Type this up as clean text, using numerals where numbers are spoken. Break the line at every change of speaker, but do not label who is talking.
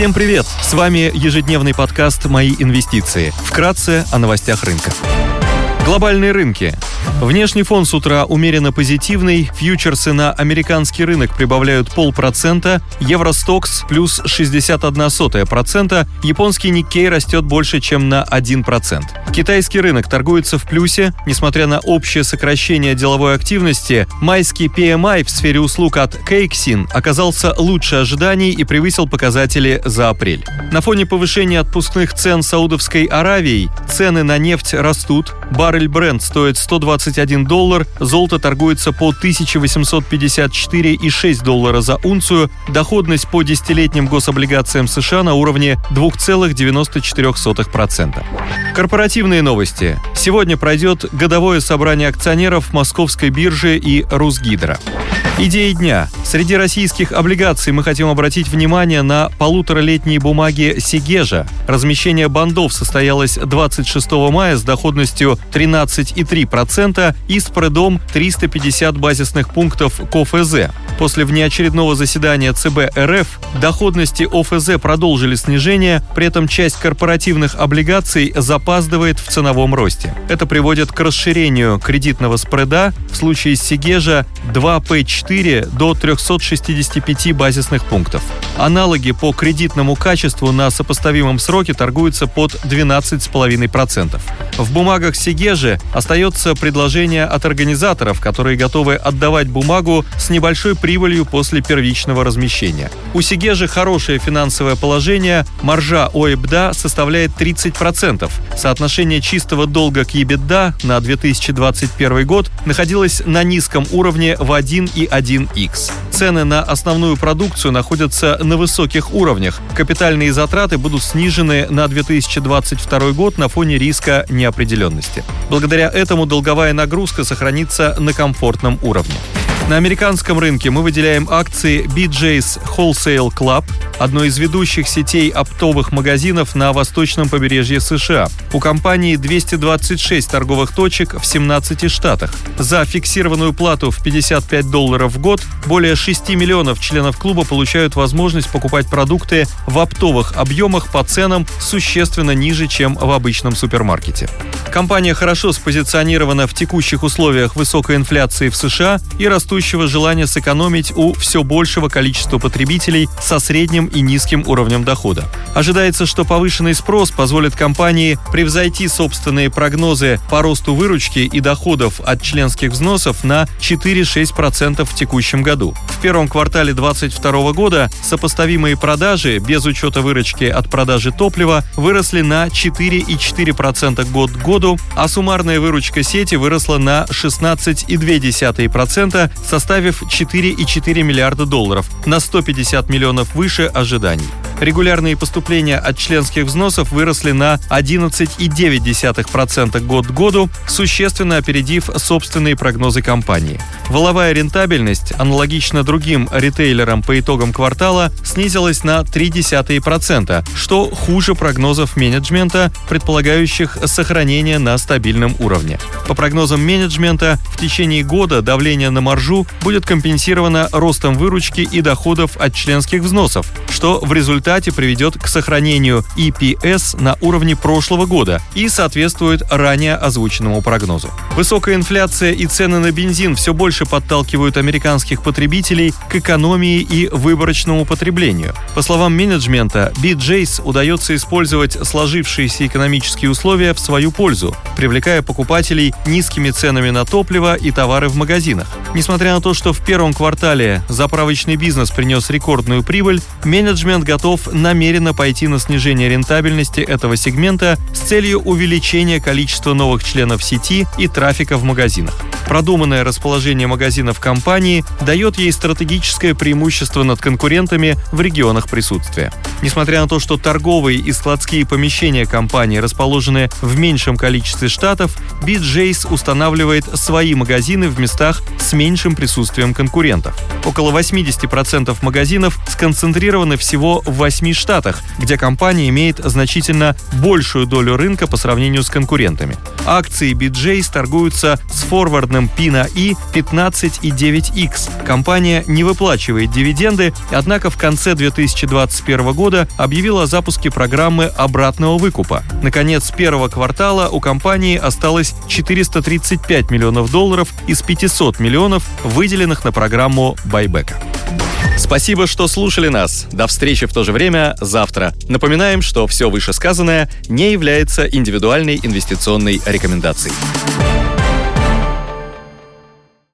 Всем привет! С вами ежедневный подкаст «Мои инвестиции». Вкратце о новостях рынка. Глобальные рынки. Внешний фон с утра умеренно позитивный, фьючерсы на американский рынок прибавляют 0,5%, Евростокс плюс 0,61%, японский Никкей растет больше, чем на 1%. Китайский рынок торгуется в плюсе, несмотря на общее сокращение деловой активности, майский PMI в сфере услуг от Caixin оказался лучше ожиданий и превысил показатели за апрель. На фоне повышения отпускных цен Саудовской Аравией цены на нефть растут, баррель Brent стоит $121, золото торгуется по $1854,6 за унцию, доходность по десятилетним гособлигациям США на уровне 2,94%. Корпоративные новости. Сегодня пройдет годовое собрание акционеров Московской биржи и Русгидро. Идеи дня. Среди российских облигаций мы хотим обратить внимание на полуторалетние бумаги Сигежа. Размещение бандов состоялось 26 мая с доходностью 13,3% и спредом 350 базисных пунктов к ОФЗ. После внеочередного заседания ЦБ РФ доходности ОФЗ продолжили снижение, при этом часть корпоративных облигаций запаздывает в ценовом росте. Это приводит к расширению кредитного спреда в случае Сигежа 2П4 до 365 базисных пунктов. Аналоги по кредитному качеству на сопоставимом сроке торгуются под 12,5%. В бумагах Сигежа остается предложение от организаторов, которые готовы отдавать бумагу с небольшой прибылью после первичного размещения. У Сигежа хорошее финансовое положение, маржа ОИБДА составляет 30%. Соотношение чистого долга к EBITDA на 2021 год находилось на низком уровне в 1,1x. Цены на основную продукцию находятся на высоких уровнях. Капитальные затраты будут снижены на 2022 год на фоне риска неопределенности. Благодаря этому долговая нагрузка сохранится на комфортном уровне. На американском рынке мы выделяем акции BJ's Wholesale Club, одной из ведущих сетей оптовых магазинов на восточном побережье США. У компании 226 торговых точек в 17 штатах. За фиксированную плату в $55 в год более 6 миллионов членов клуба получают возможность покупать продукты в оптовых объемах по ценам существенно ниже, чем в обычном супермаркете. Компания хорошо спозиционирована в текущих условиях высокой инфляции в США и растущего желания сэкономить у все большего количества потребителей со средним и низким уровнем дохода. Ожидается, что повышенный спрос позволит компании превзойти собственные прогнозы по росту выручки и доходов от членских взносов на 4-6% в текущем году. В первом квартале 2022 года сопоставимые продажи без учета выручки от продажи топлива выросли на 4,4% год к году, а суммарная выручка сети выросла на 16,2%, составив $4,4 миллиарда, на 150 миллионов выше ожиданий. Регулярные поступления от членских взносов выросли на 11,9% год к году, существенно опередив собственные прогнозы компании. Валовая рентабельность, аналогично другим ритейлерам по итогам квартала, снизилась на 0,3%, что хуже прогнозов менеджмента, предполагающих сохранение на стабильном уровне. По прогнозам менеджмента, в течение года давление на маржу будет компенсировано ростом выручки и доходов от членских взносов, что в результате приведет к сохранению EPS на уровне прошлого года и соответствует ранее озвученному прогнозу. Высокая инфляция и цены на бензин все больше подталкивают американских потребителей к экономии и выборочному потреблению. По словам менеджмента, BJ's удается использовать сложившиеся экономические условия в свою пользу, привлекая покупателей низкими ценами на топливо и товары в магазинах. Несмотря на то, что в первом квартале заправочный бизнес принес рекордную прибыль, менеджмент готов намеренно пойти на снижение рентабельности этого сегмента с целью увеличения количества новых членов сети и трафика в магазинах. Продуманное расположение магазинов компании дает ей стратегическое преимущество над конкурентами в регионах присутствия. Несмотря на то, что торговые и складские помещения компании расположены в меньшем количестве штатов, BJ's устанавливает свои магазины в местах с меньшим присутствием конкурентов. Около 80% магазинов сконцентрированы всего в 8 штатах, где компания имеет значительно большую долю рынка по сравнению с конкурентами. Акции BJ's торгуются с форвардным P на I 15,9x. Компания не выплачивает дивиденды, однако в конце 2021 года объявила о запуске программы обратного выкупа. На конец первого квартала у компании осталось $435 миллионов из 500 миллионов, выделенных на программу байбека.
Спасибо, что слушали нас. До встречи в то же время завтра. Напоминаем, что все вышесказанное не является индивидуальной инвестиционной рекомендацией.